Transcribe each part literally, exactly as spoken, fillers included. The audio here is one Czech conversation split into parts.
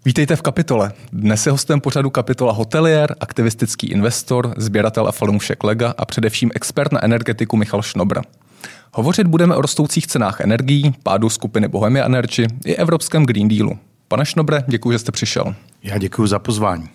Vítejte v Kapitole. Dnes je hostem pořadu Kapitola hoteliér, aktivistický investor, sběratel a fanoušek Lega a především expert na energetiku Michal Šnobr. Hovořit budeme o rostoucích cenách energií, pádu skupiny Bohemia Energy i evropském Green Dealu. Pane Šnobre, děkuji, že jste přišel. Já děkuji za pozvání.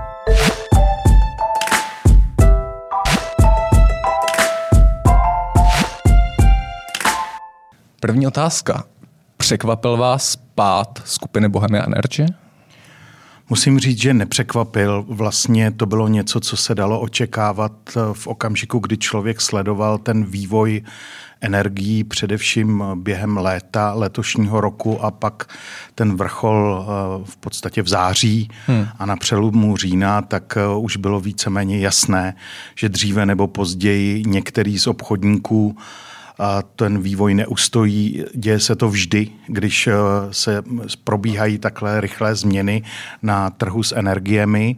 První otázka. Překvapil vás pád skupiny Bohemia Energy? Musím říct, že nepřekvapil. Vlastně to bylo něco, co se dalo očekávat v okamžiku, kdy člověk sledoval ten vývoj energií především během léta letošního roku a pak ten vrchol v podstatě v září hmm. a na přelomu října, tak už bylo víceméně jasné, že dříve nebo později některý z obchodníků a ten vývoj neustojí. Děje se to vždy, když se probíhají takhle rychlé změny na trhu s energiemi.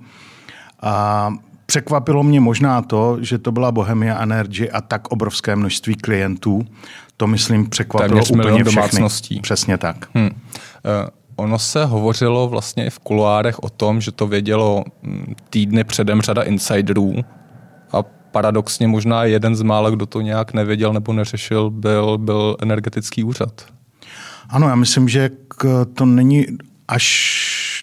A překvapilo mě možná to, že to byla Bohemia Energy a tak obrovské množství klientů. To, myslím, překvapilo úplně všechny. Domácností. Přesně tak. Hmm. Uh, ono se hovořilo vlastně i v kuloárech o tom, že to vědělo týdny předem řada insiderů a paradoxně možná jeden z mála, kdo to nějak nevěděl nebo neřešil, byl, byl energetický úřad. Ano, já myslím, že to není až...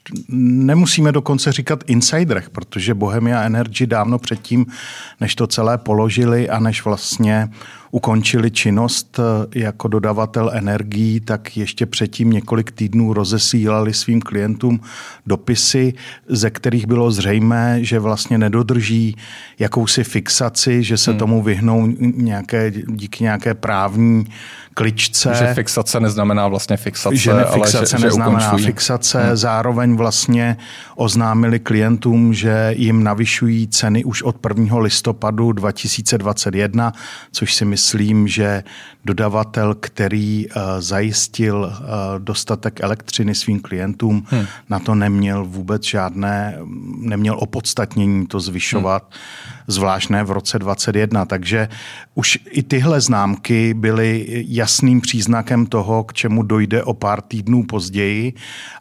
Nemusíme dokonce říkat insiderech, protože Bohemia Energy dávno předtím, než to celé položili a než vlastně ukončili činnost jako dodavatel energií, tak ještě předtím několik týdnů rozesílali svým klientům dopisy, ze kterých bylo zřejmé, že vlastně nedodrží jakousi fixaci, že se hmm. tomu vyhnou nějaké, díky nějaké právní kličce. Že fixace neznamená vlastně fixace, že fixace ale že, neznamená že ukončují. fixace. Hmm. Zároveň vlastně oznámili klientům, že jim navyšují ceny už od prvního listopadu dva tisíce dvacet jedna, což si myslím, že dodavatel, který uh, zajistil uh, dostatek elektřiny svým klientům, hmm. na to neměl vůbec žádné, neměl opodstatnění to zvyšovat, hmm. zvlášť ne v roce dvacet jedna. Takže už i tyhle známky byly jasným příznakem toho, k čemu dojde o pár týdnů později.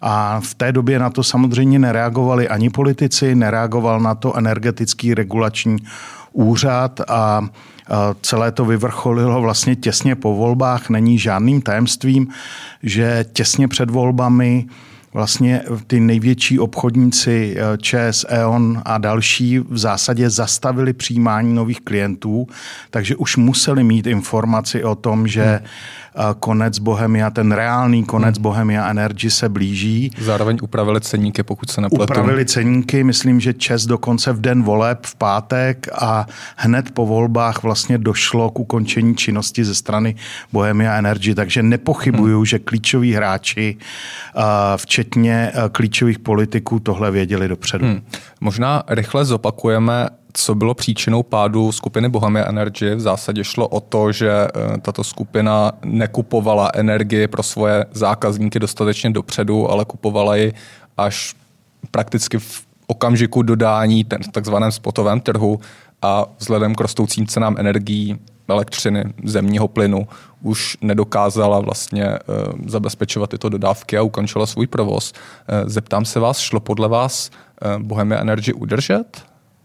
A v té době na to samozřejmě nereagovali ani politici, nereagoval na to energetický regulační úřad a celé to vyvrcholilo vlastně těsně po volbách. Není žádným tajemstvím, že těsně před volbami vlastně ty největší obchodníci ČEZ, E.ON a další v zásadě zastavili přijímání nových klientů, takže už museli mít informaci o tom, že hmm. konec Bohemia, ten reálný konec hmm. Bohemia Energy se blíží. Zároveň upravili ceníky, pokud se nepletu. Upravili ceníky, myslím, že ČEZ dokonce v den voleb v pátek a hned po volbách vlastně došlo k ukončení činnosti ze strany Bohemia Energy, takže nepochybuju, hmm. že klíčoví hráči, včetně klíčových politiků, tohle věděli dopředu. Hmm. Možná rychle zopakujeme, co bylo příčinou pádu skupiny Bohemia Energy. V zásadě šlo o to, že tato skupina nekupovala energii pro svoje zákazníky dostatečně dopředu, ale kupovala ji až prakticky v okamžiku dodání, ten takzvaném spotovém trhu, a vzhledem k rostoucím cenám energií, elektřiny, zemního plynu už nedokázala vlastně e, zabezpečovat tyto dodávky a ukončila svůj provoz. E, zeptám se vás, šlo podle vás e, Bohemia Energy udržet?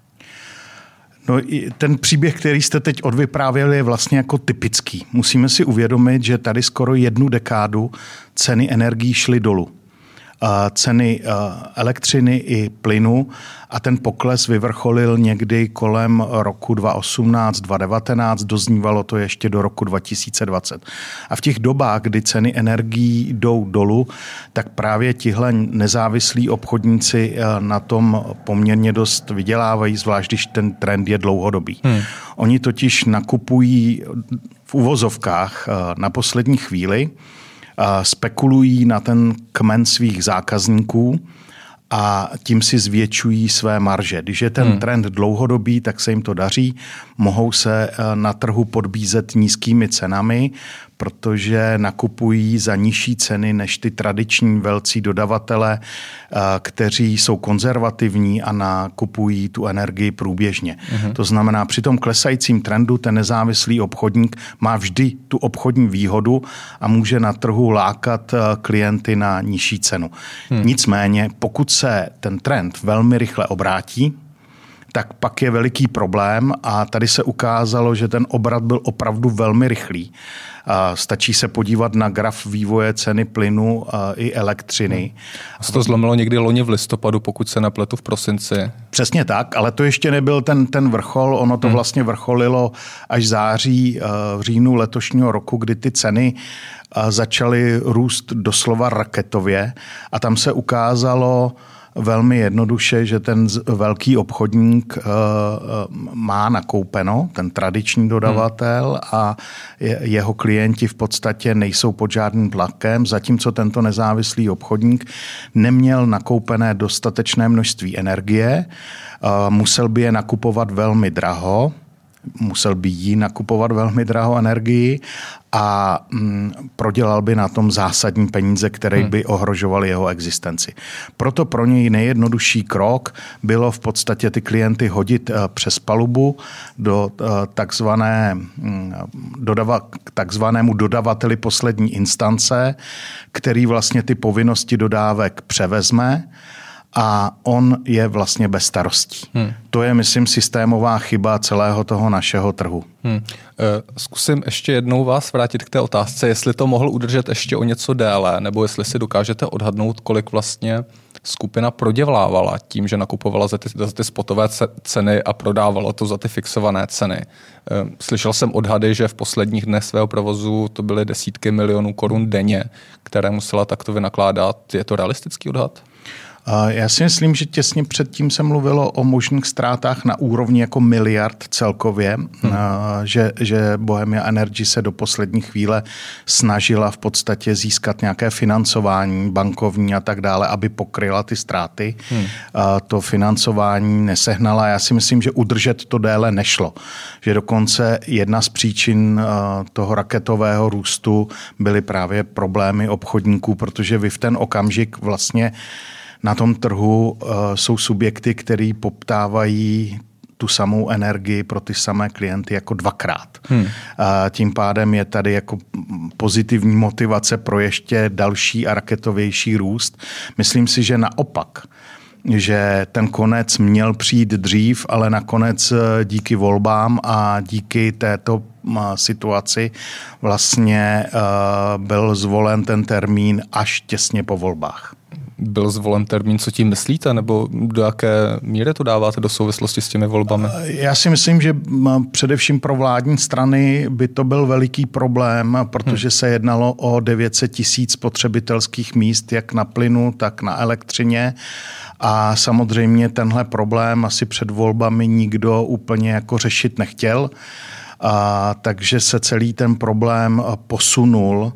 No, ten příběh, který jste teď odvyprávěli, je vlastně jako typický. Musíme si uvědomit, že tady skoro jednu dekádu ceny energií šly dolů. Ceny elektřiny i plynu a ten pokles vyvrcholil někdy kolem roku dva tisíce osmnáct dva tisíce devatenáct, doznívalo to ještě do roku dva tisíce dvacet. A v těch dobách, kdy ceny energií jdou dolů, tak právě tihle nezávislí obchodníci na tom poměrně dost vydělávají, zvlášť když ten trend je dlouhodobý. Hmm. Oni totiž nakupují v uvozovkách na poslední chvíli, spekulují na ten kmen svých zákazníků a tím si zvětšují své marže. Když je ten hmm. trend dlouhodobý, tak se jim to daří. Mohou se na trhu podbízet nízkými cenami, protože nakupují za nižší ceny než ty tradiční velcí dodavatele, kteří jsou konzervativní a nakupují tu energii průběžně. Hmm. To znamená, při tom klesajícím trendu ten nezávislý obchodník má vždy tu obchodní výhodu a může na trhu lákat klienty na nižší cenu. Hmm. Nicméně, pokud se ten trend velmi rychle obrátí, tak pak je veliký problém a tady se ukázalo, že ten obrat byl opravdu velmi rychlý. Stačí se podívat na graf vývoje ceny plynu i elektřiny. A se to zlomilo někdy loni v listopadu, pokud se nepletu v prosinci. Přesně tak, ale to ještě nebyl ten, ten vrchol. Ono to hmm. vlastně vrcholilo až září, v říjnu letošního roku, kdy ty ceny začaly růst doslova raketově a tam se ukázalo velmi jednoduše, že ten velký obchodník má nakoupeno, ten tradiční dodavatel hmm. a jeho klienti v podstatě nejsou pod žádným tlakem, zatímco tento nezávislý obchodník neměl nakoupené dostatečné množství energie, musel by je nakupovat velmi draho, musel by jí nakupovat velmi drahou energii a mm, prodělal by na tom zásadní peníze, které hmm. by ohrožovaly jeho existenci. Proto pro něj nejjednodušší krok bylo v podstatě ty klienty hodit uh, přes palubu do uh, takzvané, um, dodava, takzvanému dodavateli poslední instance, který vlastně ty povinnosti dodávek převezme a on je vlastně bez starostí. Hmm. To je, myslím, systémová chyba celého toho našeho trhu. Hmm. Zkusím ještě jednou vás vrátit k té otázce, jestli to mohl udržet ještě o něco déle, nebo jestli si dokážete odhadnout, kolik vlastně skupina prodělávala tím, že nakupovala za ty, za ty spotové ceny a prodávala to za ty fixované ceny. Slyšel jsem odhady, že v posledních dnech svého provozu to byly desítky milionů korun denně, které musela takto vynakládat. Je to realistický odhad? Já si myslím, že těsně předtím se mluvilo o možných ztrátách na úrovni jako miliard celkově, hmm. že, že Bohemia Energy se do poslední chvíle snažila v podstatě získat nějaké financování bankovní a tak dále, aby pokryla ty ztráty. Hmm. To financování nesehnala. Já si myslím, že udržet to déle nešlo. Že dokonce jedna z příčin toho raketového růstu byly právě problémy obchodníků, protože vy v ten okamžik vlastně na tom trhu uh, jsou subjekty, který poptávají tu samou energii pro ty samé klienty jako dvakrát. Hmm. Uh, tím pádem je tady jako pozitivní motivace pro ještě další a raketovější růst. Myslím si, že naopak, že ten konec měl přijít dřív, ale nakonec díky volbám a díky této situaci vlastně uh, byl zvolen ten termín až těsně po volbách. Byl zvolen termín, co tím myslíte, nebo do jaké míry to dáváte do souvislosti s těmi volbami? Já si myslím, že především pro vládní strany by to byl veliký problém, protože hmm. se jednalo o devět set tisíc spotřebitelských míst, jak na plynu, tak na elektřině. A samozřejmě tenhle problém asi před volbami nikdo úplně jako řešit nechtěl. A, takže se celý ten problém posunul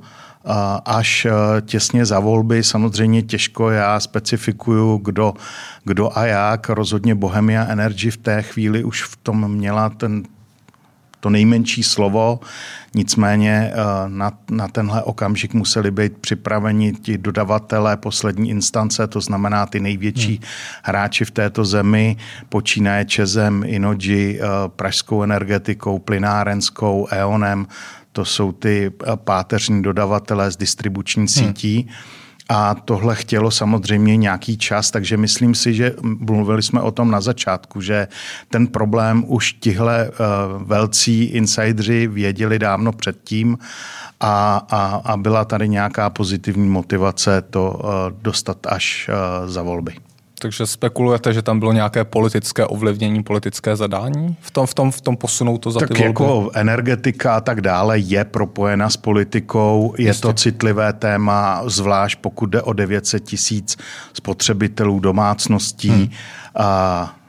až těsně za volby. Samozřejmě těžko já specifikuju, kdo, kdo a jak. Rozhodně Bohemia Energy v té chvíli už v tom měla ten, to nejmenší slovo. Nicméně na, na tenhle okamžik museli být připraveni ti dodavatelé poslední instance, to znamená ty největší hmm. hráči v této zemi, počínaje ČEZem, Innogy, Pražskou energetikou, Plynárenskou, E.ONem. To jsou ty páteřní dodavatelé z distribuční sítí. Hmm. A tohle chtělo samozřejmě nějaký čas, takže myslím si, že mluvili jsme o tom na začátku, že ten problém už tihle uh, velcí insidři věděli dávno předtím a, a, a byla tady nějaká pozitivní motivace to uh, dostat až uh, za volby. Takže spekulujete, že tam bylo nějaké politické ovlivnění, politické zadání? V tom, v tom, v tom posunou to za tak ty volby? Tak jako energetika a tak dále je propojena s politikou. Je Jistě. To citlivé téma, zvlášť pokud jde o devět set tisíc spotřebitelů domácností. Hmm. A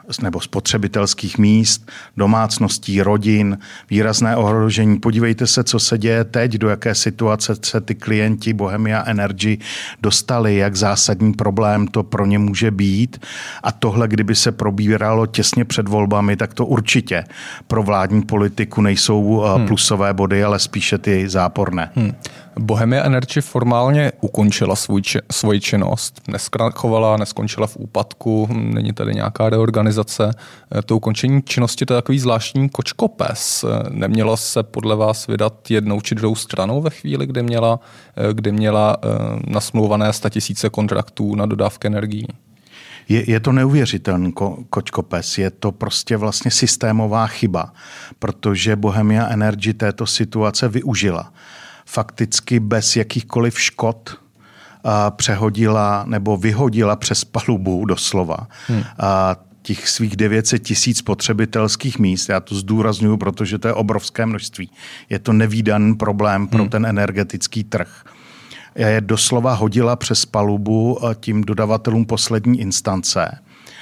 nebo spotřebitelských míst, domácností, rodin, výrazné ohrožení. Podívejte se, co se děje teď, do jaké situace se ty klienti Bohemia Energy dostali, jak zásadní problém to pro ně může být. A tohle, kdyby se probíralo těsně před volbami, tak to určitě pro vládní politiku nejsou hmm. plusové body, ale spíše ty záporné. Hmm. Bohemia Energy formálně ukončila svůj, svoji činnost, neskrachovala, neskončila v úpadku, není tady nějaká reorganizace. To ukončení činnosti to je takový zvláštní kočkopes. Nemělo se podle vás vydat jednou či druhou stranou ve chvíli, kdy měla, kdy měla nasmlouvané statisíce kontraktů na dodávky energií? Je, je to neuvěřitelný ko, kočkopes, je to prostě vlastně systémová chyba, protože Bohemia Energy této situace využila. Fakticky bez jakýchkoliv škod a přehodila nebo vyhodila přes palubu doslova hmm. a těch svých devět set tisíc spotřebitelských míst. Já to zdůrazňuji, protože to je obrovské množství. Je to nevídaný problém pro hmm. ten energetický trh. Je doslova hodila přes palubu tím dodavatelům poslední instance.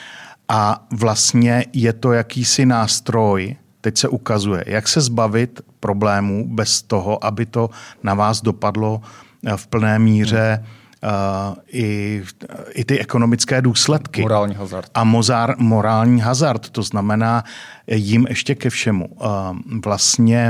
A vlastně je to jakýsi nástroj, teď se ukazuje, jak se zbavit problémů bez toho, aby to na vás dopadlo v plné míře uh, i, i ty ekonomické důsledky. Morální hazard. A mozár, morální hazard, to znamená jim ještě ke všemu. Uh, vlastně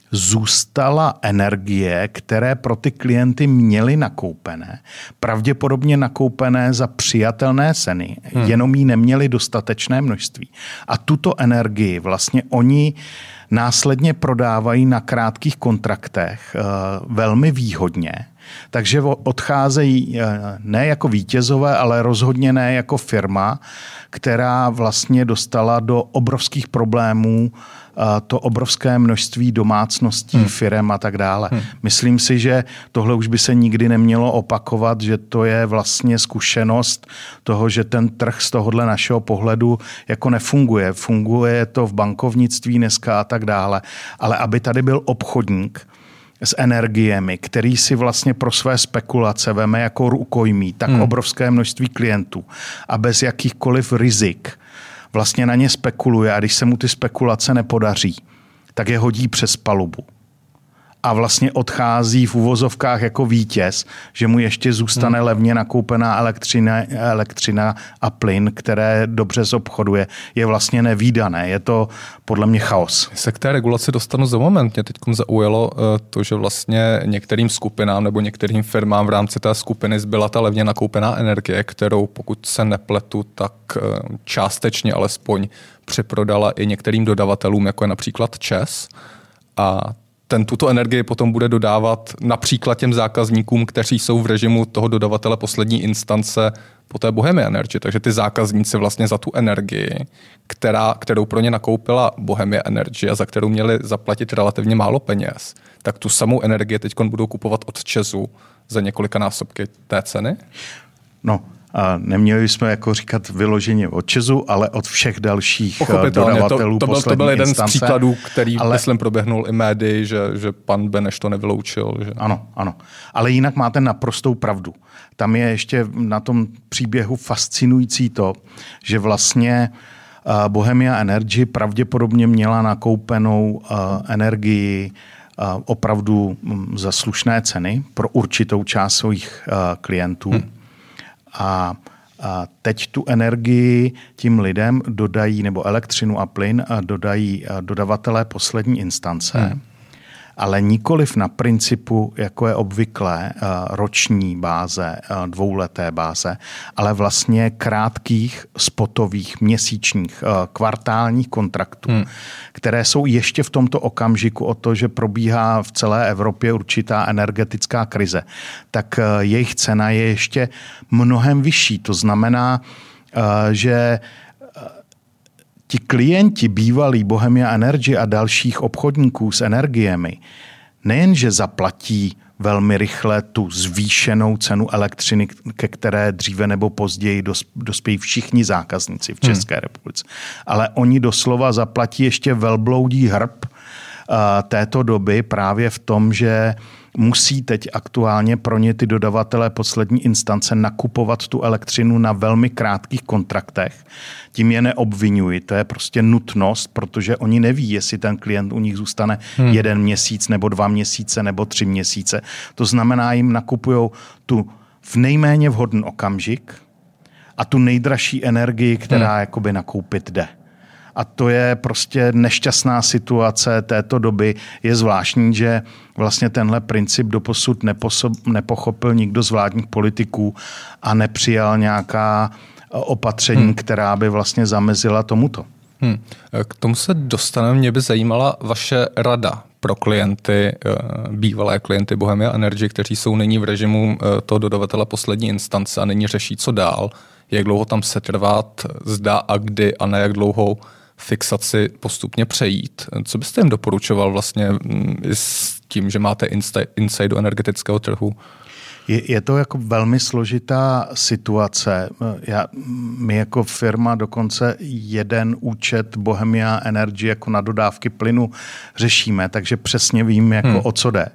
zůstala energie, které pro ty klienty měly nakoupené, pravděpodobně nakoupené za přijatelné ceny, hmm. jenom jí neměli dostatečné množství. A tuto energii vlastně oni následně prodávají na krátkých kontraktech uh, velmi výhodně. Takže odcházejí ne jako vítězové, ale rozhodně ne jako firma, která vlastně dostala do obrovských problémů to obrovské množství domácností, hmm. firem a tak dále. Hmm. Myslím si, že tohle už by se nikdy nemělo opakovat, že to je vlastně zkušenost toho, že ten trh z tohohle našeho pohledu jako nefunguje. Funguje to v bankovnictví dneska a tak dále. Ale aby tady byl obchodník s energiemi, který si vlastně pro své spekulace veme jako rukojmí tak hmm. obrovské množství klientů a bez jakýchkoliv rizik vlastně na ně spekuluje a když se mu ty spekulace nepodaří, tak je hodí přes palubu. A vlastně odchází v uvozovkách jako vítěz, že mu ještě zůstane hmm. levně nakoupená elektřina, elektřina a plyn, které dobře zobchoduje. Je vlastně nevídané. Je to podle mě chaos. Se k té regulaci dostanu za moment. Mě teď zaujalo to, že vlastně některým skupinám nebo některým firmám v rámci té skupiny zbyla ta levně nakoupená energie, kterou pokud se nepletu, tak částečně alespoň přeprodala i některým dodavatelům, jako je například ČEZ. A ten tuto energii potom bude dodávat například těm zákazníkům, kteří jsou v režimu toho dodavatele poslední instance po té Bohemia Energy. Takže ty zákazníci vlastně za tu energii, která, kterou pro ně nakoupila Bohemia Energy a za kterou měli zaplatit relativně málo peněz, tak tu samou energii teď budou kupovat od ČEZu za několika násobky té ceny? No, a neměli jsme jako říkat vyloženě od ČEZu, ale od všech dalších dodavatelů to, to, byl, to byl jeden instance, z příkladů, který ale, myslím proběhnul i médii, že, že pan Beneš to nevyloučil. Že... Ano, ano. Ale jinak máte naprostou pravdu. Tam je ještě na tom příběhu fascinující to, že vlastně Bohemia Energy pravděpodobně měla nakoupenou energii opravdu za slušné ceny pro určitou část svých klientů. Hmm. A, a teď tu energii tím lidem dodají, nebo elektřinu a plyn dodají dodavatelé poslední instance, hmm. ale nikoliv na principu, jako je obvyklé, roční báze, dvouleté báze, ale vlastně krátkých, spotových, měsíčních, kvartálních kontraktů, hmm. které jsou ještě v tomto okamžiku o to, že probíhá v celé Evropě určitá energetická krize, tak jejich cena je ještě mnohem vyšší. To znamená, že ti klienti bývalí Bohemia Energy a dalších obchodníků s energiemi nejenže zaplatí velmi rychle tu zvýšenou cenu elektřiny, ke které dříve nebo později dospějí všichni zákazníci v České hmm. republice, ale oni doslova zaplatí ještě velbloudí hrb této doby právě v tom, že musí teď aktuálně pro ně ty dodavatelé poslední instance nakupovat tu elektřinu na velmi krátkých kontraktech. Tím je neobvinuji, to je prostě nutnost, protože oni neví, jestli ten klient u nich zůstane hmm. jeden měsíc nebo dva měsíce nebo tři měsíce. To znamená, jim nakupujou tu v nejméně vhodný okamžik a tu nejdražší energii, která hmm. jakoby nakoupit jde. A to je prostě nešťastná situace této doby. Je zvláštní, že vlastně tenhle princip doposud nepochopil nikdo z vládních politiků a nepřijal nějaká opatření, hmm. která by vlastně zamezila tomuto. Hmm. K tomu se dostaneme. Mě by zajímala vaše rada pro klienty, bývalé klienty Bohemia Energy, kteří jsou nyní v režimu toho dodavatele poslední instance a nyní řeší, co dál, jak dlouho tam setrvat, zda a kdy a na jak dlouhou fixaci postupně přejít. Co byste jim doporučoval vlastně s tím, že máte insight do energetického trhu? Je, je to jako velmi složitá situace. Já, my jako firma dokonce jeden účet Bohemia Energy jako na dodávky plynu řešíme, takže přesně vím, jako hmm. o co jde.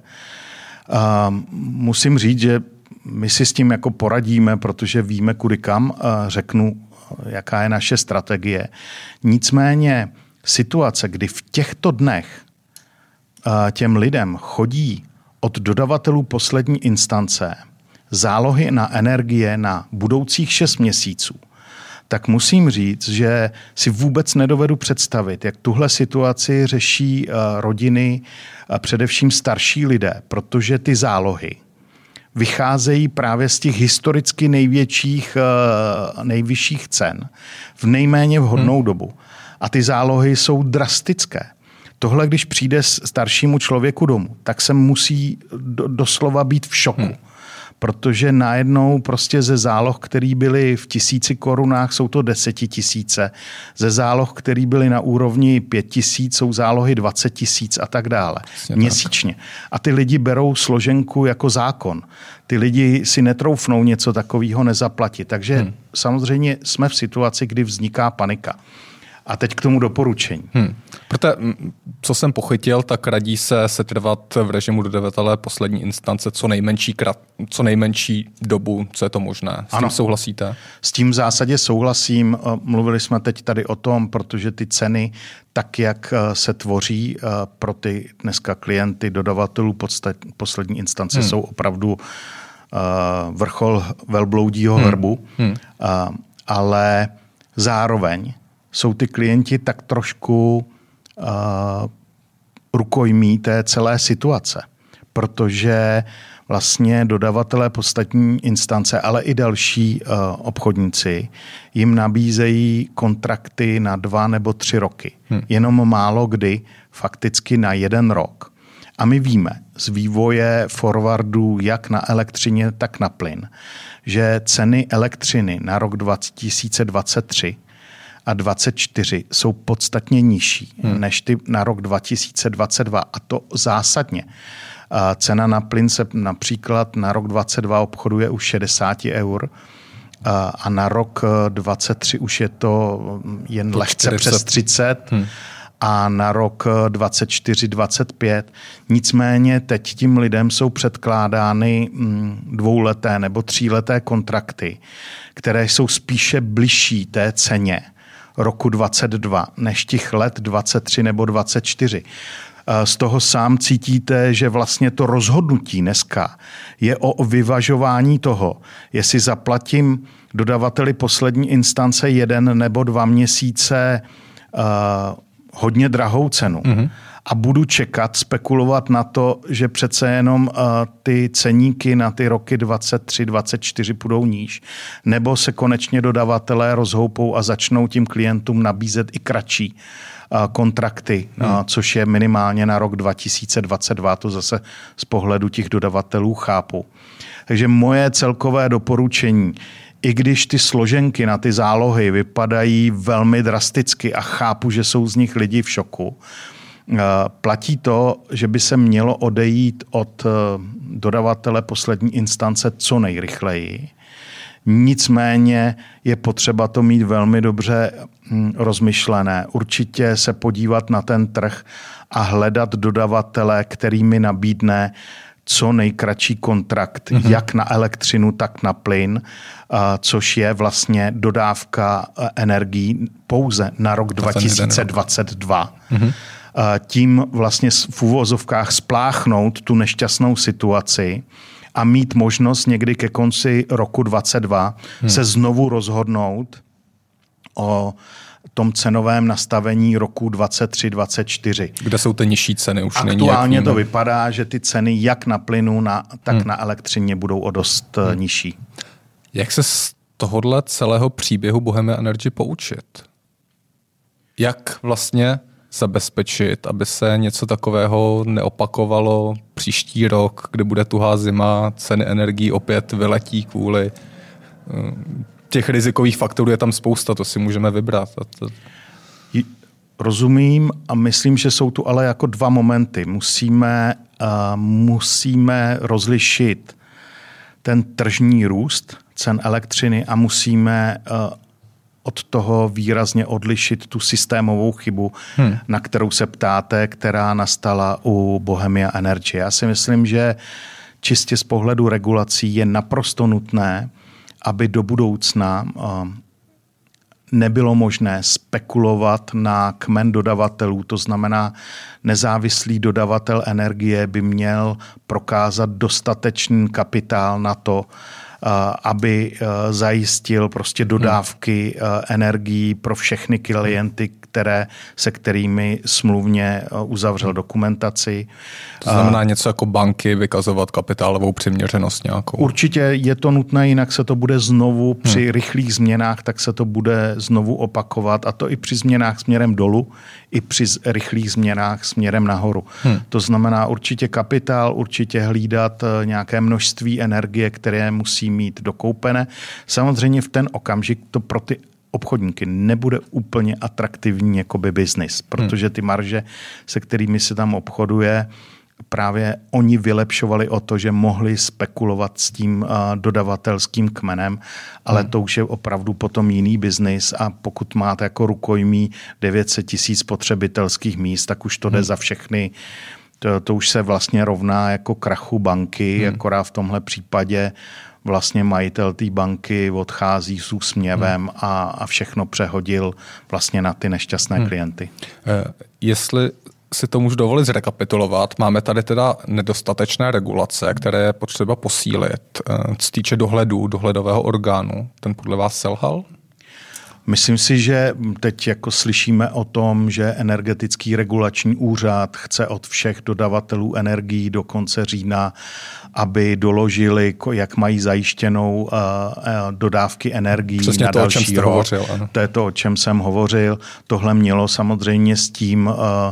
Uh, musím říct, že my si s tím jako poradíme, protože víme kudy kam, uh, řeknu, jaká je naše strategie. Nicméně situace, kdy v těchto dnech uh, těm lidem chodí od dodavatelů poslední instance zálohy na energie na budoucích šest měsíců, tak musím říct, že si vůbec nedovedu představit, jak tuhle situaci řeší rodiny, především starší lidé, protože ty zálohy vycházejí právě z těch historicky největších, nejvyšších cen v nejméně vhodnou hmm. dobu. A ty zálohy jsou drastické. Tohle, když přijde staršímu člověku domů, tak se musí do, doslova být v šoku. Hmm. Protože najednou prostě ze záloh, který byly v tisíci korunách, jsou to desetitisíce. Ze záloh, který byly na úrovni pět tisíc, jsou zálohy dvacet tisíc a tak dále. Jasně měsíčně. Tak. A ty lidi berou složenku jako zákon. Ty lidi si netroufnou něco takového nezaplatit. Takže hmm. samozřejmě jsme v situaci, kdy vzniká panika. A teď k tomu doporučení. Hmm. Proto, co jsem pochytil, tak radí se setrvat v režimu dodavatele poslední instance co nejmenší, krat, co nejmenší dobu, co je to možné. S ano. tím souhlasíte? S tím v zásadě souhlasím. Mluvili jsme teď tady o tom, protože ty ceny, tak jak se tvoří pro ty dneska klienty dodavatelů poslední instance, hmm. jsou opravdu vrchol velbloudího hmm. hrbu. Hmm. Ale zároveň jsou ty klienti tak trošku uh, rukojmí té celé situace, protože vlastně dodavatelé poslední instance, ale i další uh, obchodníci jim nabízejí kontrakty na dva nebo tři roky. Hmm. Jenom málo kdy fakticky na jeden rok. A my víme z vývoje forwardů jak na elektřině, tak na plyn, že ceny elektřiny na rok dva tisíce dvacet tři a dvacet čtyři jsou podstatně nižší hmm. než ty na rok dva tisíce dvacet dva. A to zásadně. Cena na plyn se například na rok dvacet dva obchoduje už šedesát eur a na rok dvacet tři už je to jen to lehce čtyřicet přes třicet hmm. a na rok dvacet čtyři dvacet pět. Nicméně teď tím lidem jsou předkládány dvouleté nebo tříleté kontrakty, které jsou spíše bližší té ceně roku dvacet dva než těch let dvacet tři nebo dvacet čtyři. Z toho sám cítíte, že vlastně to rozhodnutí dneska je o vyvažování toho, jestli zaplatím dodavateli poslední instance jeden nebo dva měsíce uh, hodně drahou cenu. Mm-hmm. A budu čekat, spekulovat na to, že přece jenom uh, ty ceníky na ty roky dvacet tři dvacet čtyři půjdou níž. Nebo se konečně dodavatelé rozhoupou a začnou tím klientům nabízet i kratší uh, kontrakty, hmm. uh, což je minimálně na rok dva tisíce dvacet dva. To zase z pohledu těch dodavatelů chápu. Takže moje celkové doporučení, i když ty složenky na ty zálohy vypadají velmi drasticky a chápu, že jsou z nich lidi v šoku, platí to, že by se mělo odejít od dodavatele poslední instance co nejrychleji. Nicméně je potřeba to mít velmi dobře rozmyšlené. Určitě se podívat na ten trh a hledat dodavatele, který mi nabídne co nejkratší kontrakt, mm-hmm. jak na elektřinu, tak na plyn, což je vlastně dodávka energií pouze na rok dva tisíce dvacet dva. Mm-hmm. Tím vlastně v uvozovkách spláchnout tu nešťastnou situaci a mít možnost někdy ke konci roku dvacet dva hmm. se znovu rozhodnout o tom cenovém nastavení roku dvacet tři dvacet čtyři. Kde jsou ty nižší ceny? Už aktuálně to vypadá, že ty ceny jak na plynu, na, tak hmm. na elektřině budou o dost hmm. nižší. Jak se z tohohle celého příběhu Bohemia Energy poučit? Jak vlastně zabezpečit, aby se něco takového neopakovalo příští rok, kde bude tuhá zima, ceny energií opět vyletí kvůli těch rizikových faktorů je tam spousta, to si můžeme vybrat. Rozumím a myslím, že jsou tu ale jako dva momenty. Musíme, uh, musíme rozlišit ten tržní růst cen elektřiny a musíme uh, od toho výrazně odlišit tu systémovou chybu, hmm. na kterou se ptáte, která nastala u Bohemia Energy. Já si myslím, že čistě z pohledu regulací je naprosto nutné, aby do budoucna nebylo možné spekulovat na kmen dodavatelů. To znamená, nezávislý dodavatel energie by měl prokázat dostatečný kapitál na to, aby zajistil prostě dodávky hmm. energií pro všechny klienty, které, se kterými smluvně uzavřel dokumentaci. To znamená něco jako banky, vykazovat kapitálovou přiměřenost nějakou? Určitě je to nutné, jinak se to bude znovu při hmm. rychlých změnách, tak se to bude znovu opakovat a to i při změnách směrem dolů, i při rychlých změnách směrem nahoru. Hmm. To znamená určitě kapitál, určitě hlídat nějaké množství energie, které musí mít dokoupené. Samozřejmě v ten okamžik to pro ty obchodníky nebude úplně atraktivní jakoby biznis, protože ty marže, se kterými se tam obchoduje, právě oni vylepšovali o to, že mohli spekulovat s tím uh, dodavatelským kmenem, ale hmm. to už je opravdu potom jiný biznis a pokud máte jako rukojmí devět set tisíc spotřebitelských míst, tak už to jde hmm. za všechny. To, to už se vlastně rovná jako krachu banky, hmm. akorát v tomhle případě vlastně majitel té banky odchází s úsměvem hmm. a, a všechno přehodil vlastně na ty nešťastné hmm. klienty. Eh, jestli si to můžu dovolit zrekapitulovat, máme tady teda nedostatečné regulace, které je potřeba posílit. Co se týče dohledu, dohledového orgánu, ten podle vás selhal? Myslím si, že teď jako slyšíme o tom, že Energetický regulační úřad chce od všech dodavatelů energií do konce října, aby doložili, jak mají zajištěnou dodávky energií Přesně na to, další o čem jste rok. Hovořil, ano. To je to, o čem jsem hovořil. Tohle mělo samozřejmě s tím,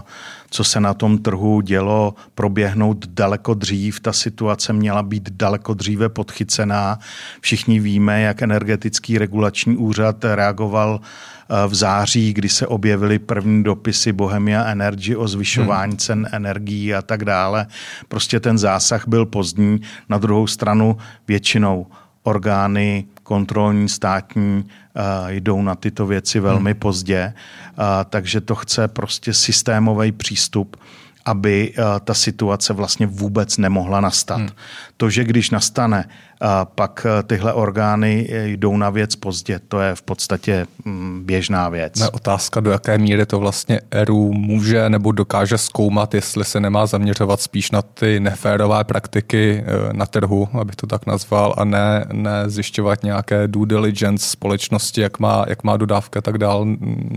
co se na tom trhu dělo, proběhnout daleko dřív. Ta situace měla být daleko dříve podchycená. Všichni víme, jak Energetický regulační úřad reagoval v září, kdy se objevily první dopisy Bohemia Energy o zvyšování hmm. cen energií a tak dále. Prostě ten zásah byl pozdní. Na druhou stranu většinou orgány kontrolní, státní uh, jdou na tyto věci velmi hmm. pozdě, uh, takže to chce prostě systémový přístup, aby uh, ta situace vlastně vůbec nemohla nastat. Hmm. To, že když nastane, uh, pak uh, tyhle orgány jdou na věc pozdě, to je v podstatě um, běžná věc. Ne, otázka, do jaké míry to vlastně E R U může nebo dokáže zkoumat, jestli se nemá zaměřovat spíš na ty neférové praktiky uh, na trhu, abych to tak nazval, a ne, ne zjišťovat nějaké due diligence společnosti, jak má, jak má dodávka a tak dál.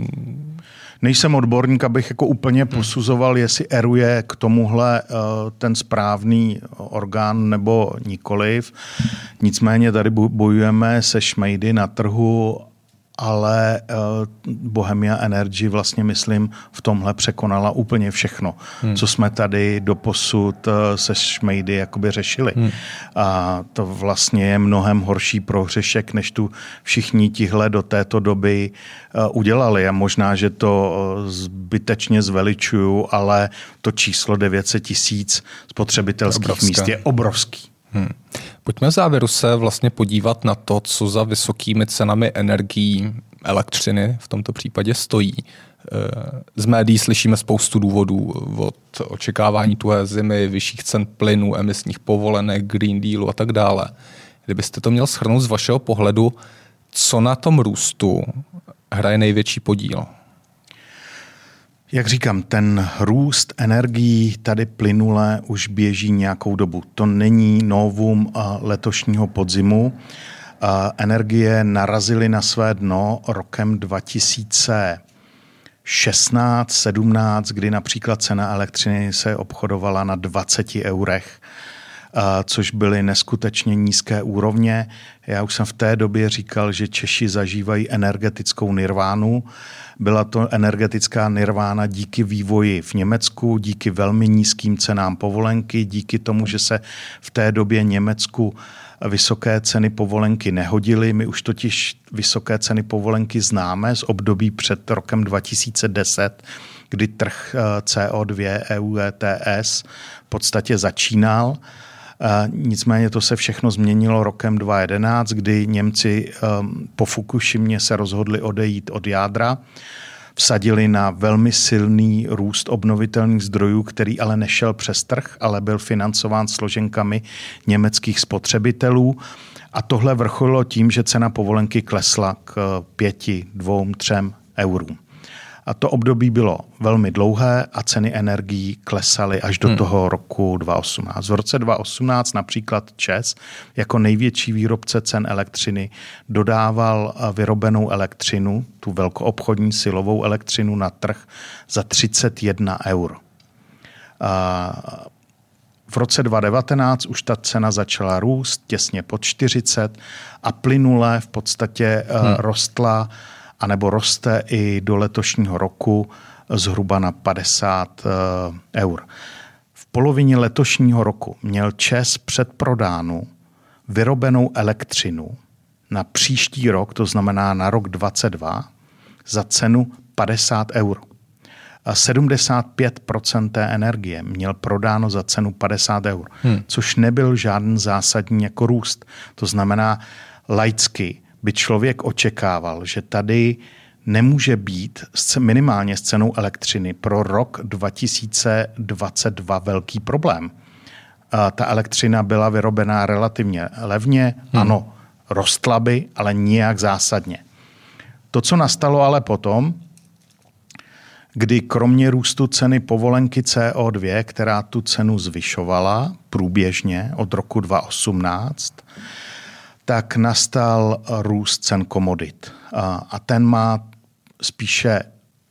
Nejsem odborník, abych jako úplně posuzoval, jestli E R U je k tomuhle ten správný orgán nebo nikoliv. Nicméně tady bojujeme se šmejdy na trhu, ale Bohemia Energy vlastně, myslím, v tomhle překonala úplně všechno, hmm. co jsme tady doposud se šmejdy jakoby řešili. Hmm. A to vlastně je mnohem horší prohřešek, než tu všichni tihle do této doby udělali. A možná, že to zbytečně zveličuju, ale to číslo devět set tisíc spotřebitelských míst je obrovský. Hmm. Pojďme v závěru se vlastně podívat na to, co za vysokými cenami energií elektřiny v tomto případě stojí. Z médií slyšíme spoustu důvodů od očekávání tuhé zimy, vyšších cen plynu, emisních povolenek, Green Dealu a tak dále. Kdybyste to měl shrnout z vašeho pohledu, co na tom růstu hraje největší podíl? Jak říkám, ten růst energií tady plynule už běží nějakou dobu. To není novum letošního podzimu. Energie narazily na své dno rokem dva tisíce šestnáct sedmnáct, kdy například cena elektřiny se obchodovala na dvaceti eurech, což byly neskutečně nízké úrovně. Já už jsem v té době říkal, že Češi zažívají energetickou nirvánu. Byla to energetická nirvána díky vývoji v Německu, díky velmi nízkým cenám povolenky, díky tomu, že se v té době Německu vysoké ceny povolenky nehodily. My už totiž vysoké ceny povolenky známe z období před rokem dva tisíce deset, kdy trh C O dva E U E T S v podstatě začínal. Nicméně to se všechno změnilo rokem dva tisíce jedenáct, kdy Němci po Fukušimě se rozhodli odejít od jádra, vsadili na velmi silný růst obnovitelných zdrojů, který ale nešel přes trh, ale byl financován složenkami německých spotřebitelů. A tohle vrcholilo tím, že cena povolenky klesla k pěti, dvou, třem eurům. A to období bylo velmi dlouhé a ceny energií klesaly až do hmm. toho roku dva tisíce osmnáct. V roce dva tisíce osmnáct například ČEZ jako největší výrobce cen elektřiny dodával vyrobenou elektřinu, tu velkoobchodní silovou elektřinu na trh za třicet jedna eur. V roce dva tisíce devatenáct už ta cena začala růst těsně pod čtyřicet a plynule v podstatě hmm. rostla anebo roste i do letošního roku zhruba na padesát eur. V polovině letošního roku měl ČEZ předprodánu vyrobenou elektřinu na příští rok, to znamená na rok dvacet dva, za cenu padesát eur. A sedmdesát pět procent té energie měl prodáno za cenu padesát eur, hmm. což nebyl žádný zásadní jako růst. To znamená laicky by člověk očekával, že tady nemůže být minimálně s cenou elektřiny pro rok dva tisíce dvacet dva velký problém. A ta elektřina byla vyrobená relativně levně, hmm. ano, rostla by, ale nijak zásadně. To, co nastalo ale potom, kdy kromě růstu ceny povolenky C O dva, která tu cenu zvyšovala průběžně od roku dva tisíce osmnáct, tak nastal růst cen komodit. A ten má spíše,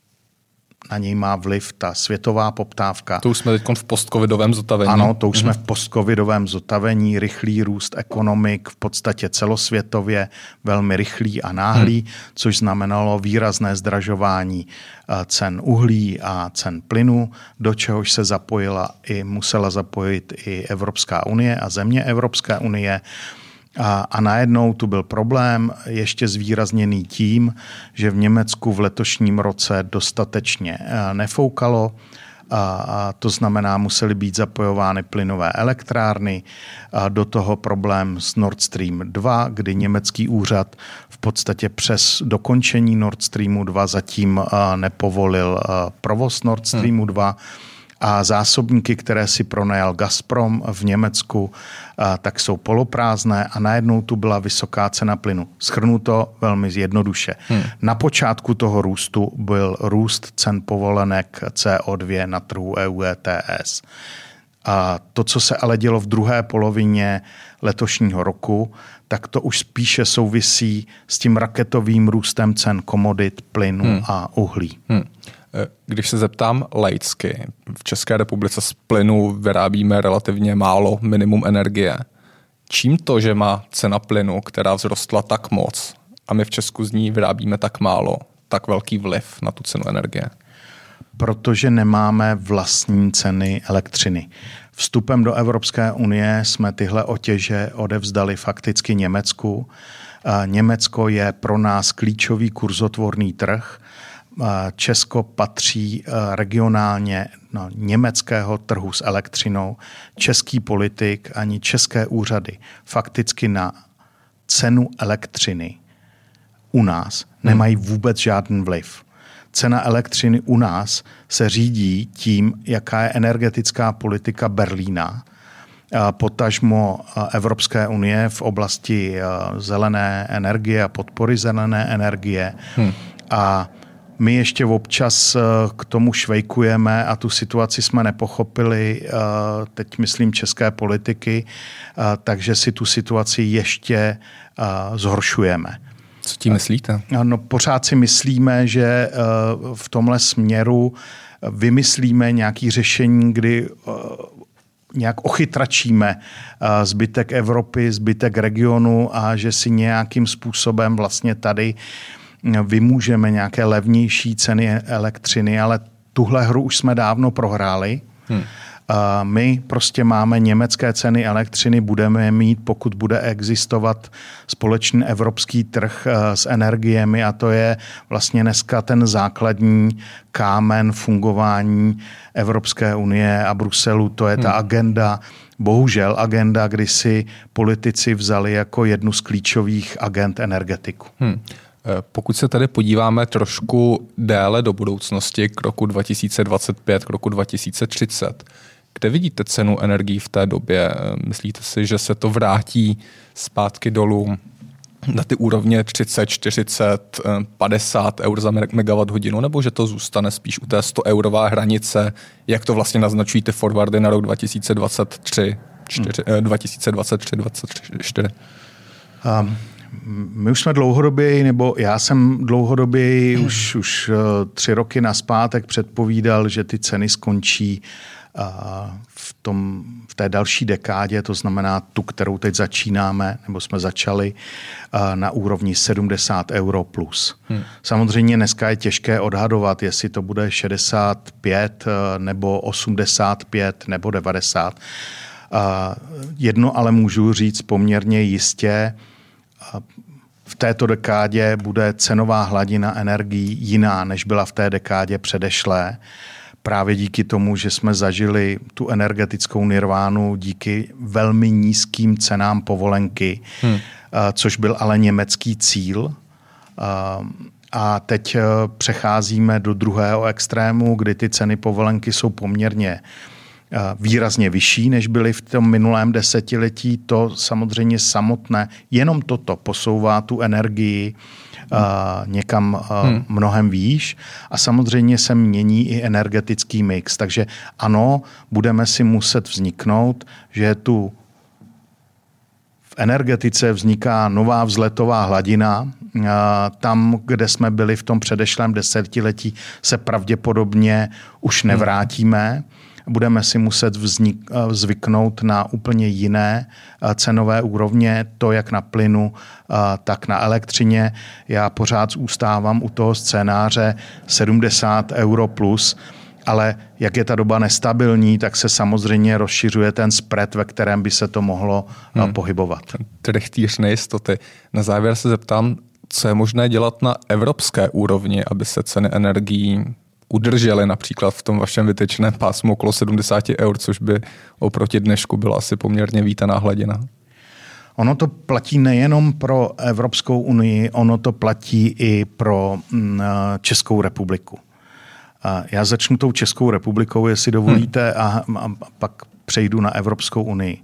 na něj má vliv ta světová poptávka. To už jsme teď v postcovidovém zotavení. Ano, to už mm-hmm. jsme v postcovidovém zotavení, rychlý růst ekonomik, v podstatě celosvětově velmi rychlý a náhlý, mm. což znamenalo výrazné zdražování cen uhlí a cen plynu, do čehož se zapojila i musela zapojit i Evropská unie a země Evropské unie. A, a najednou tu byl problém ještě zvýrazněný tím, že v Německu v letošním roce dostatečně nefoukalo. A, a to znamená, musely být zapojovány plynové elektrárny. A do toho problém s Nord Stream dva, kdy německý úřad v podstatě přes dokončení Nord Streamu dva zatím nepovolil provoz Nord Streamu dva. A zásobníky, které si pronajal Gazprom v Německu, tak jsou poloprázdné a najednou tu byla vysoká cena plynu. Shrnuto velmi jednoduše. Hmm. Na počátku toho růstu byl růst cen povolenek C O dva na trhu E U E T S. A to, co se ale dělo v druhé polovině letošního roku, tak to už spíše souvisí s tím raketovým růstem cen komodit, plynu hmm. a uhlí. Hmm. Když se zeptám laicky, v České republice z plynu vyrábíme relativně málo, minimum energie. Čím to, že má cena plynu, která vzrostla tak moc a my v Česku z ní vyrábíme tak málo, tak velký vliv na tu cenu energie? Protože nemáme vlastní ceny elektřiny. Vstupem do Evropské unie jsme tyhle otěže odevzdali fakticky Německu. Německo je pro nás klíčový kurzotvorný trh. Česko patří regionálně no, německého trhu s elektřinou. Český politik ani české úřady fakticky na cenu elektřiny u nás nemají vůbec žádný vliv. Cena elektřiny u nás se řídí tím, jaká je energetická politika Berlína, potažmo Evropské unie v oblasti zelené energie a podpory zelené energie. Hmm. A my ještě občas k tomu švejkujeme a tu situaci jsme nepochopili, teď myslím české politiky, takže si tu situaci ještě zhoršujeme. Co tím myslíte? No, pořád si myslíme, že v tomhle směru vymyslíme nějaké řešení, kdy nějak ochytračíme zbytek Evropy, zbytek regionu a že si nějakým způsobem vlastně tady vymůžeme nějaké levnější ceny elektřiny, ale tuhle hru už jsme dávno prohráli. Hmm. My prostě máme německé ceny elektřiny, budeme je mít, pokud bude existovat společný evropský trh s energiemi a to je vlastně dneska ten základní kámen fungování Evropské unie a Bruselu, to je ta hmm. agenda, bohužel agenda, kdy si politici vzali jako jednu z klíčových agend energetiku. Hmm. Pokud se tady podíváme trošku déle do budoucnosti, k roku dva tisíce dvacet pět, k roku dva tisíce třicet, kde vidíte cenu energií v té době? Myslíte si, že se to vrátí zpátky dolů na ty úrovně třicet, čtyřicet, padesát eur za megawatt hodinu, nebo že to zůstane spíš u té sto eurová hranice, jak to vlastně naznačují ty forwardy na rok dva tisíce dvacet tři, dva tisíce dvacet tři, dvacet čtyři? Um. My už jsme dlouhodobě, nebo já jsem dlouhodobě hmm. už, už tři roky nazpátek předpovídal, že ty ceny skončí v, tom, v té další dekádě, to znamená tu, kterou teď začínáme, nebo jsme začali na úrovni sedmdesát euro plus. Hmm. Samozřejmě dneska je těžké odhadovat, jestli to bude šedesát pět nebo osmdesát pět nebo devadesát. Jedno ale můžu říct poměrně jistě, v této dekádě bude cenová hladina energií jiná, než byla v té dekádě předešlé. Právě díky tomu, že jsme zažili tu energetickou nirvánu díky velmi nízkým cenám povolenky, hmm. což byl ale německý cíl. A teď přecházíme do druhého extrému, kdy ty ceny povolenky jsou poměrně výrazně vyšší, než byly v tom minulém desetiletí. To samozřejmě samotné, jenom toto posouvá tu energii uh, někam uh, hmm. mnohem výš a samozřejmě se mění i energetický mix. Takže ano, budeme si muset vzniknout, že tu v energetice vzniká nová vzletová hladina. Uh, tam, kde jsme byli v tom předešlém desetiletí, se pravděpodobně už nevrátíme. Hmm. Budeme si muset vznik, zvyknout na úplně jiné cenové úrovně, to jak na plynu, tak na elektřině. Já pořád zůstávám u toho scénáře sedmdesát euro plus, ale jak je ta doba nestabilní, tak se samozřejmě rozšiřuje ten spread, ve kterém by se to mohlo hmm. pohybovat. Trychtýř nejistoty. Na závěr se zeptám, co je možné dělat na evropské úrovni, aby se ceny energií udrželi například v tom vašem vytečeném pásmu okolo sedmdesát eur, což by oproti dnešku byla asi poměrně vítaná hladina. Ono to platí nejenom pro Evropskou unii, ono to platí i pro Českou republiku. Já začnu tou Českou republikou, jestli dovolíte, hmm. a, a pak přejdu na Evropskou unii.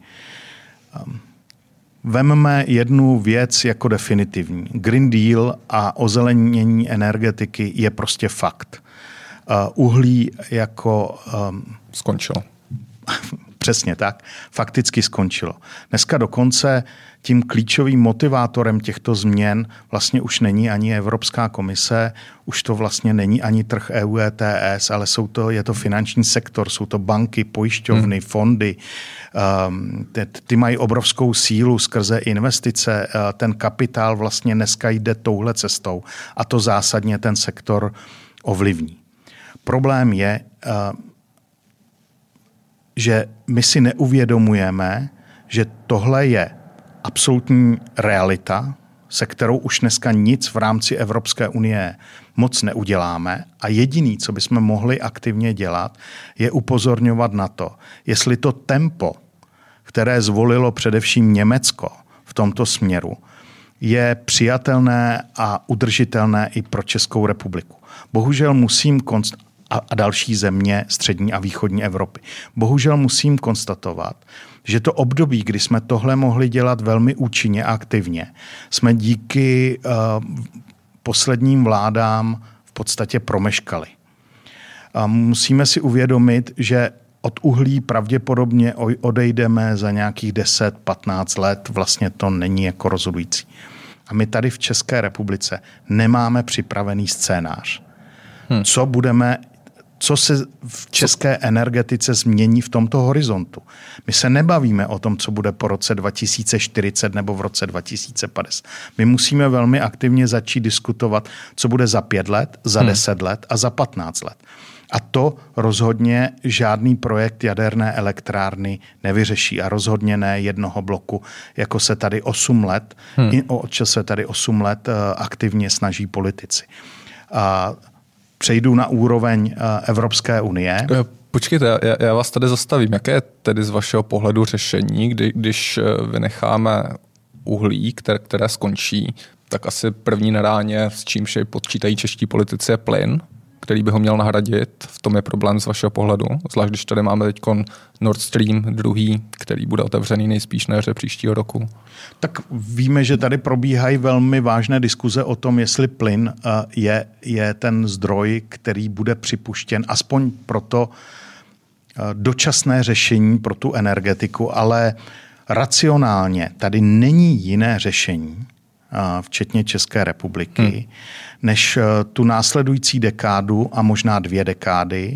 Vemme jednu věc jako definitivní. Green Deal a ozelenění energetiky je prostě fakt. Uh, uhlí jako... Um, skončilo. Přesně tak. Fakticky skončilo. Dneska dokonce tím klíčovým motivátorem těchto změn vlastně už není ani Evropská komise, už to vlastně není ani trh E U E T S, ale jsou to, je to finanční sektor, jsou to banky, pojišťovny, hmm. fondy. Um, ty, ty mají obrovskou sílu skrze investice. Uh, ten kapitál vlastně dneska jde touhle cestou a to zásadně ten sektor ovlivní. Problém je, že my si neuvědomujeme, že tohle je absolutní realita, se kterou už dneska nic v rámci Evropské unie moc neuděláme a jediný, co bychom mohli aktivně dělat, je upozorňovat na to, jestli to tempo, které zvolilo především Německo v tomto směru, je přijatelné a udržitelné i pro Českou republiku. Bohužel musím konst- a další země střední a východní Evropy. Bohužel musím konstatovat, že to období, kdy jsme tohle mohli dělat velmi účinně a aktivně, jsme díky uh, posledním vládám v podstatě promeškali. Uh, musíme si uvědomit, že od uhlí pravděpodobně odejdeme za nějakých deset patnáct let, vlastně to není jako rozhodující. A my tady v České republice nemáme připravený scénář. Hmm. Co budeme, co se v české energetice změní v tomto horizontu. My se nebavíme o tom, co bude po roce dva tisíce čtyřicet nebo v roce dva tisíce padesát. My musíme velmi aktivně začít diskutovat, co bude za pět let, za hmm. deset let a za patnáct let. A to rozhodně žádný projekt jaderné elektrárny nevyřeší a rozhodně ne jednoho bloku, jako se tady osm let, hmm. o čem se tady osm let aktivně snaží politici. A přejdu na úroveň Evropské unie. Počkejte, já, já vás tady zastavím. Jaké je tedy z vašeho pohledu řešení, kdy, když vynecháme uhlí, které, které skončí, tak asi první na ráně, s čímž počítají čeští politici, je plyn, který by ho měl nahradit. V tom je problém z vašeho pohledu. Zvlášť, když tady máme teď Nord Stream druhý, který bude otevřený nejspíš na jaře příštího roku. Tak víme, že tady probíhají velmi vážné diskuze o tom, jestli plyn je, je ten zdroj, který bude připuštěn, aspoň proto dočasné řešení pro tu energetiku, ale racionálně tady není jiné řešení, včetně České republiky, hmm. než tu následující dekádu a možná dvě dekády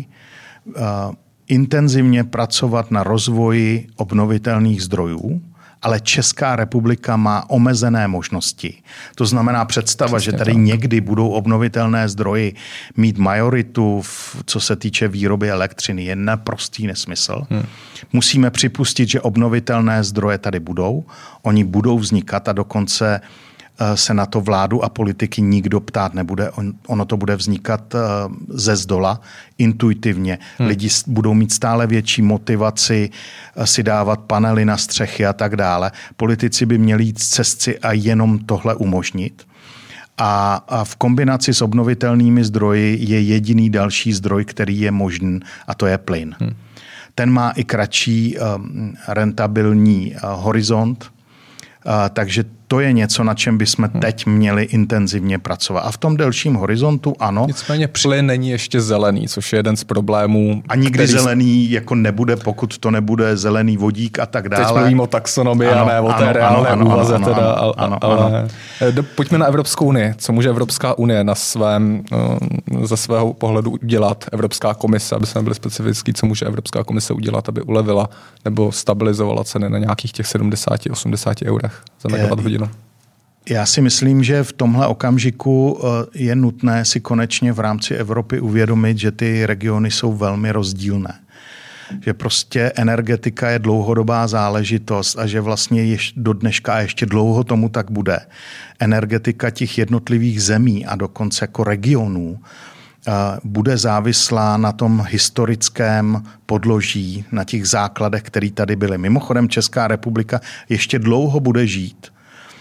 intenzivně pracovat na rozvoji obnovitelných zdrojů, ale Česká republika má omezené možnosti. To znamená představa, Přesně že tady tak. někdy budou obnovitelné zdroje mít majoritu, v, co se týče výroby elektřiny, je naprostý nesmysl. Hmm. Musíme připustit, že obnovitelné zdroje tady budou, oni budou vznikat a dokonce se na to vládu a politiky nikdo ptát nebude. Ono to bude vznikat ze zdola, intuitivně. Hmm. Lidi budou mít stále větší motivaci si dávat panely na střechy a tak dále. Politici by měli jít z cesty a jenom tohle umožnit. A v kombinaci s obnovitelnými zdroji je jediný další zdroj, který je možný, a to je plyn. Hmm. Ten má i kratší rentabilní horizont, takže to je něco, na čem bychom teď měli intenzivně pracovat. A v tom delším horizontu ano. Nicméně plyn není ještě zelený, což je jeden z problémů. A nikdy který... zelený jako nebude, pokud to nebude zelený vodík a tak dále. Teď mluvím o taxonomii a ne o té reálné úvaze. Ano, teda, ano, ano, ale... ano. Pojďme na Evropskou unii. Co může Evropská unie na svém, ze svého pohledu udělat? Evropská komise, aby jsme byli specifický, co může Evropská komise udělat, aby ulevila nebo stabilizovala ceny na nějakých těch sedmdesát osmdesát eurech za megawatt hodinu? Já si myslím, že v tomhle okamžiku je nutné si konečně v rámci Evropy uvědomit, že ty regiony jsou velmi rozdílné. Že prostě energetika je dlouhodobá záležitost a že vlastně ještě do dneška a ještě dlouho tomu tak bude. Energetika těch jednotlivých zemí a dokonce jako regionů bude závislá na tom historickém podloží, na těch základech, které tady byly. Mimochodem Česká republika ještě dlouho bude žít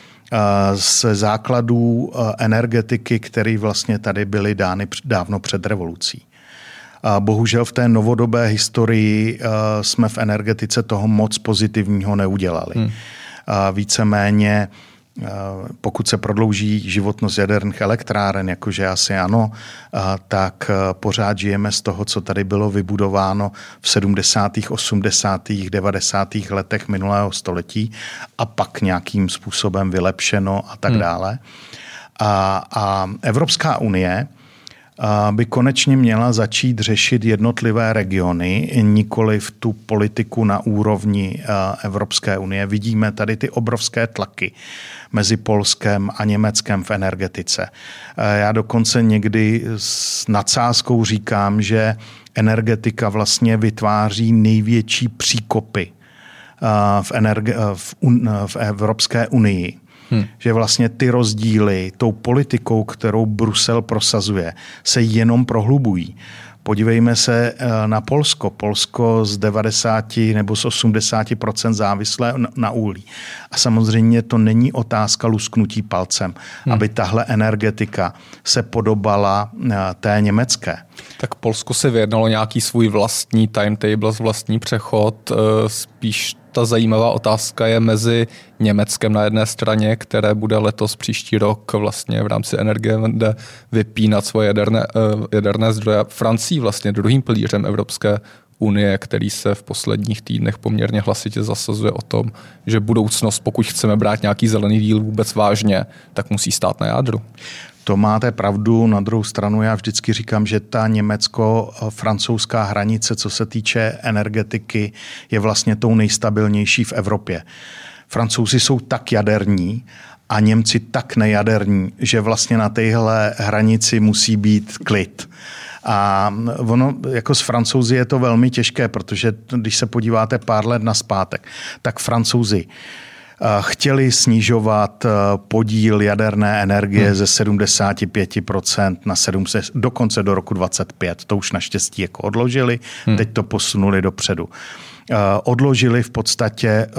z základů energetiky, které vlastně tady byly dány dávno před revolucí. Bohužel v té novodobé historii jsme v energetice toho moc pozitivního neudělali. Hmm. Víceméně, pokud se prodlouží životnost jaderných elektráren, jakože asi ano, tak pořád žijeme z toho, co tady bylo vybudováno v sedmdesátých, osmdesátých, devadesátých letech minulého století a pak nějakým způsobem vylepšeno a tak hmm. dále. A, a Evropská unie by konečně měla začít řešit jednotlivé regiony, nikoli v tu politiku na úrovni Evropské unie. Vidíme tady ty obrovské tlaky mezi Polskem a Německem v energetice. Já dokonce někdy s nadsázkou říkám, že energetika vlastně vytváří největší příkopy v, energe- v, un- v Evropské unii. Hmm. Že vlastně ty rozdíly tou politikou, kterou Brusel prosazuje, se jenom prohlubují. Podívejme se na Polsko. Polsko z devadesát nebo z osmdesát procent závislé na uhlí. A samozřejmě to není otázka lusknutí palcem, hmm. aby tahle energetika se podobala té německé. Tak Polsko si vyjednalo nějaký svůj vlastní timetable, vlastní přechod. Spíš ta zajímavá otázka je mezi Německem na jedné straně, které bude letos příští rok vlastně v rámci energie vypínat svoje jaderné, jaderné zdroje. Francii vlastně druhým pilířem Evropské unie, který se v posledních týdnech poměrně hlasitě zasazuje o tom, že budoucnost, pokud chceme brát nějaký zelený díl vůbec vážně, tak musí stát na jádru. To máte pravdu, na druhou stranu já vždycky říkám, že ta německo-francouzská hranice, co se týče energetiky, je vlastně tou nejstabilnější v Evropě. Francouzi jsou tak jaderní a Němci tak nejaderní, že vlastně na téhle hranici musí být klid. A ono, jako s Francouzi je to velmi těžké, protože když se podíváte pár let nazpátek, tak Francouzi chtěli snižovat podíl jaderné energie hmm. ze sedmdesát pět procent na sedmdesát procent, dokonce do roku dvacet pět. To už naštěstí jako odložili, hmm. teď to posunuli dopředu. Odložili v podstatě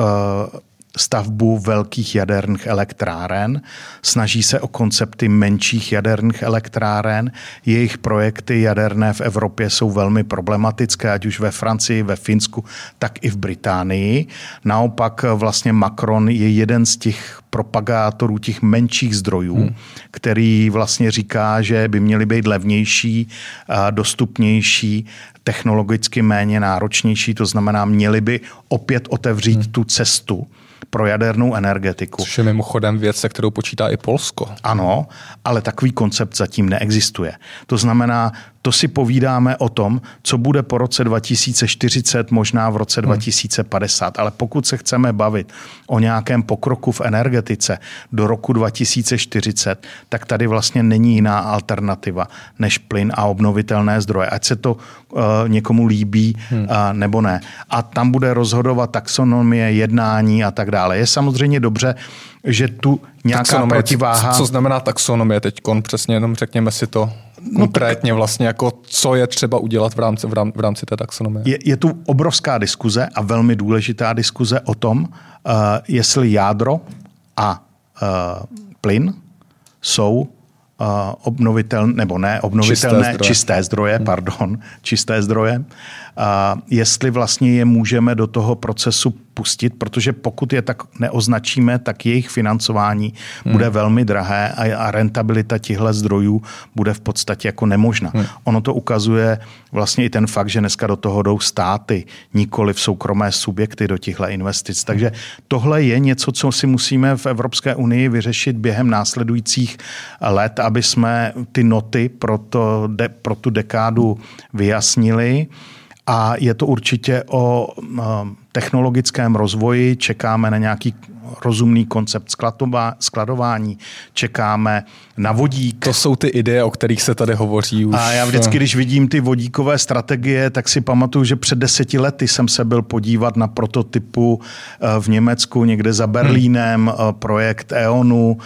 stavbu velkých jaderných elektráren, snaží se o koncepty menších jaderných elektráren. Jejich projekty jaderné v Evropě jsou velmi problematické, ať už ve Francii, ve Finsku, tak i v Británii. Naopak vlastně Macron je jeden z těch propagátorů těch menších zdrojů, hmm. který vlastně říká, že by měly být levnější, dostupnější, technologicky méně náročnější, to znamená, měli by opět otevřít hmm. tu cestu pro jadernou energetiku. Což je mimochodem věc, se kterou počítá i Polsko. Ano, ale takový koncept zatím neexistuje. To znamená, to si povídáme o tom, co bude po roce dva tisíce čtyřicet, možná v roce hmm. dva tisíce padesát. Ale pokud se chceme bavit o nějakém pokroku v energetice do roku dva tisíce čtyřicet, tak tady vlastně není jiná alternativa než plyn a obnovitelné zdroje. Ať se to uh, někomu líbí hmm. uh, nebo ne. A tam bude rozhodovat taxonomie, jednání a tak dále. Je samozřejmě dobře, že tu nějaká taxonomie, protiváha... Co znamená taxonomie teď? Přesně jenom řekněme si to konkrétně vlastně, jako co je třeba udělat v rámci, v rámci té taxonomie. Je, je tu obrovská diskuze a velmi důležitá diskuze o tom, uh, jestli jádro a uh, plyn jsou uh, obnovitelné, nebo ne, obnovitelné, čisté zdroje, čisté zdroje hmm. pardon, čisté zdroje. Uh, jestli vlastně je můžeme do toho procesu pustit, protože pokud je tak neoznačíme, tak jejich financování hmm. bude velmi drahé a, a rentabilita těchto zdrojů bude v podstatě jako nemožná. Hmm. Ono to ukazuje vlastně i ten fakt, že dneska do toho jdou státy, nikoli v soukromé subjekty do těchto investic. Takže tohle je něco, co si musíme v Evropské unii vyřešit během následujících let, aby jsme ty noty pro, to, de, pro tu dekádu vyjasnili. A je to určitě o technologickém rozvoji, čekáme na nějaký rozumný koncept skladování, čekáme na vodík. To jsou ty ideje, o kterých se tady hovoří už. A já vždycky, když vidím ty vodíkové strategie, tak si pamatuju, že před deseti lety jsem se byl podívat na prototypu v Německu, někde za Berlínem, hmm. projekt E.ONu,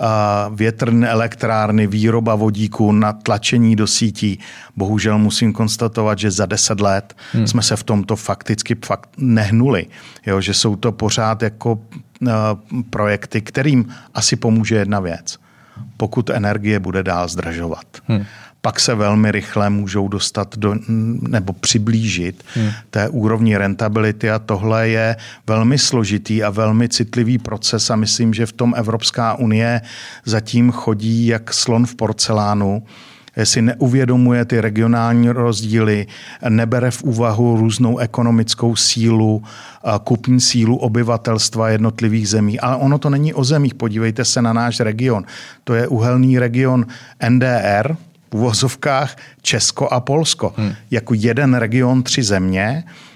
větrné elektrárny, výroba vodíku, natlačení do sítí. Bohužel musím konstatovat, že za deset let hmm. jsme se v tomto fakticky fakt nehnuli. Jo, že jsou to pořád jako projekty, kterým asi pomůže jedna věc. Pokud energie bude dál zdražovat, hmm. pak se velmi rychle můžou dostat do, nebo přiblížit hmm. té úrovni rentability a tohle je velmi složitý a velmi citlivý proces a myslím, že v tom Evropská unie zatím chodí jak slon v porcelánu, si neuvědomuje ty regionální rozdíly, nebere v úvahu různou ekonomickou sílu, kupní sílu obyvatelstva jednotlivých zemí. Ale ono to není o zemích. Podívejte se na náš region. To je uhelný region N D R, v uvozovkách Česko a Polsko. Hmm. Jako jeden region, tři země.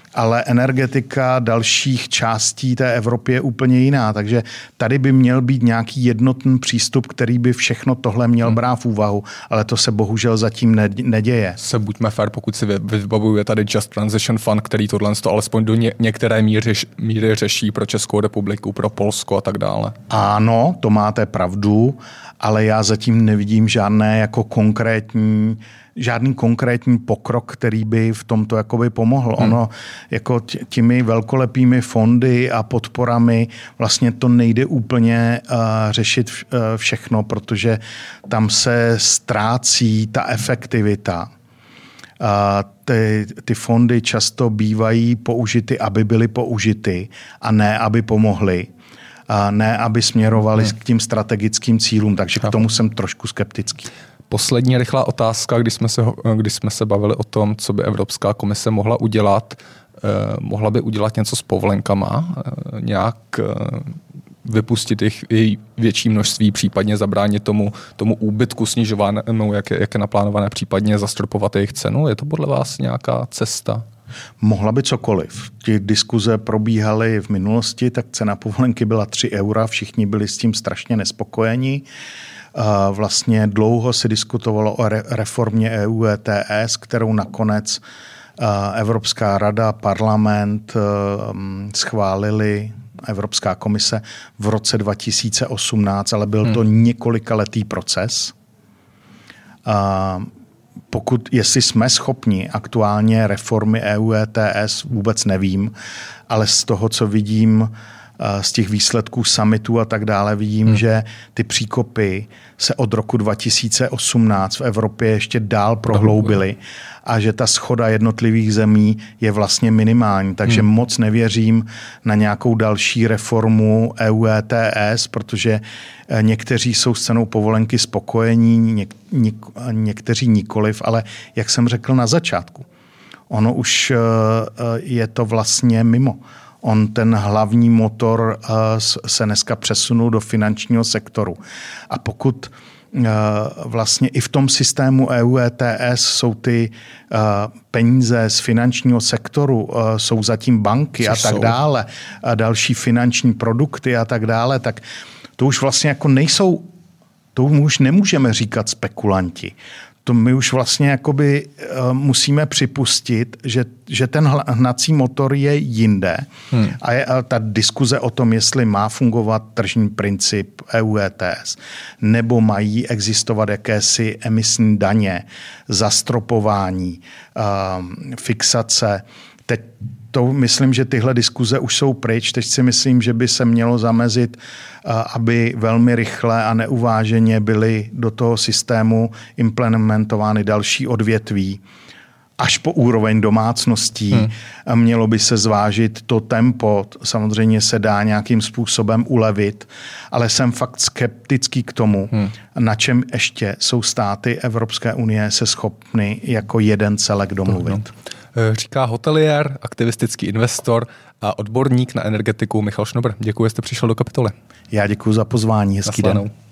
ale energetika dalších částí té Evropy je úplně jiná. Takže tady by měl být nějaký jednotný přístup, který by všechno tohle měl brát v úvahu, ale to se bohužel zatím neděje. Se buďme fair, pokud si vybavuje tady Just Transition Fund, který tohle to alespoň do ně, některé míry, míry řeší pro Českou republiku, pro Polsko a tak dále. Ano, to máte pravdu, ale já zatím nevidím žádné jako konkrétní žádný konkrétní pokrok, který by v tomto jakoby pomohl. Hmm. Ono jako těmi velkolepými fondy a podporami vlastně to nejde úplně uh, řešit uh, všechno, protože tam se ztrácí ta efektivita. Uh, ty, ty fondy často bývají použity, aby byly použity a ne, aby pomohly. A ne, aby směrovali hmm. k tím strategickým cílům. Takže k tomu jsem trošku skeptický. Poslední rychlá otázka, když jsme se, když jsme se bavili o tom, co by Evropská komise mohla udělat. Eh, mohla by udělat něco s povolenkama, eh, nějak eh, vypustit jich i větší množství, případně zabránit tomu, tomu úbytku snižovanému, jak je, jak je naplánované, případně zastropovat jejich cenu. Je to podle vás nějaká cesta? Mohla by cokoliv. Ty diskuze probíhaly v minulosti, tak cena povolenky byla tři eura, všichni byli s tím strašně nespokojeni. Vlastně dlouho se diskutovalo o reformě E U E T S, kterou nakonec Evropská rada, parlament schválili, Evropská komise v roce dva tisíce osmnáct, ale byl to hmm. několikaletý proces. Pokud, jestli jsme schopni aktuálně reformy E U E T S, vůbec nevím, ale z toho, co vidím, z těch výsledků summitu a tak dále, vidím, hmm. že ty příkopy se od roku dva tisíce osmnáct v Evropě ještě dál prohloubily a že ta shoda jednotlivých zemí je vlastně minimální. Takže hmm. moc nevěřím na nějakou další reformu E U E T S, protože někteří jsou s cenou povolenky spokojení, něk, něk, někteří nikoliv, ale jak jsem řekl na začátku, ono už je to vlastně mimo. On ten hlavní motor uh, se dneska přesunul do finančního sektoru. A pokud uh, vlastně i v tom systému E U E T S jsou ty uh, peníze z finančního sektoru, uh, jsou zatím banky Co a tak jsou? dále, a další finanční produkty a tak dále, tak to už vlastně jako nejsou, to už nemůžeme říkat spekulanti. To my už vlastně jakoby uh, musíme připustit, že, že ten hnací motor je jinde. Hmm. A, je, a ta diskuze o tom, jestli má fungovat tržní princip E U E T S, nebo mají existovat jakési emisní daně, zastropování, uh, fixace. Teď to myslím, že tyhle diskuze už jsou pryč. Teď si myslím, že by se mělo zamezit, aby velmi rychle a neuváženě byly do toho systému implementovány další odvětví až po úroveň domácností. Hmm. Mělo by se zvážit to tempo. Samozřejmě se dá nějakým způsobem ulevit, ale jsem fakt skeptický k tomu, hmm. na čem ještě jsou státy Evropské unie se schopny jako jeden celek domluvit. Říká hoteliér, aktivistický investor a odborník na energetiku Michal Šnobr. Děkuji, že jste přišel do Kapitoly. Já děkuji za pozvání. Hezký den.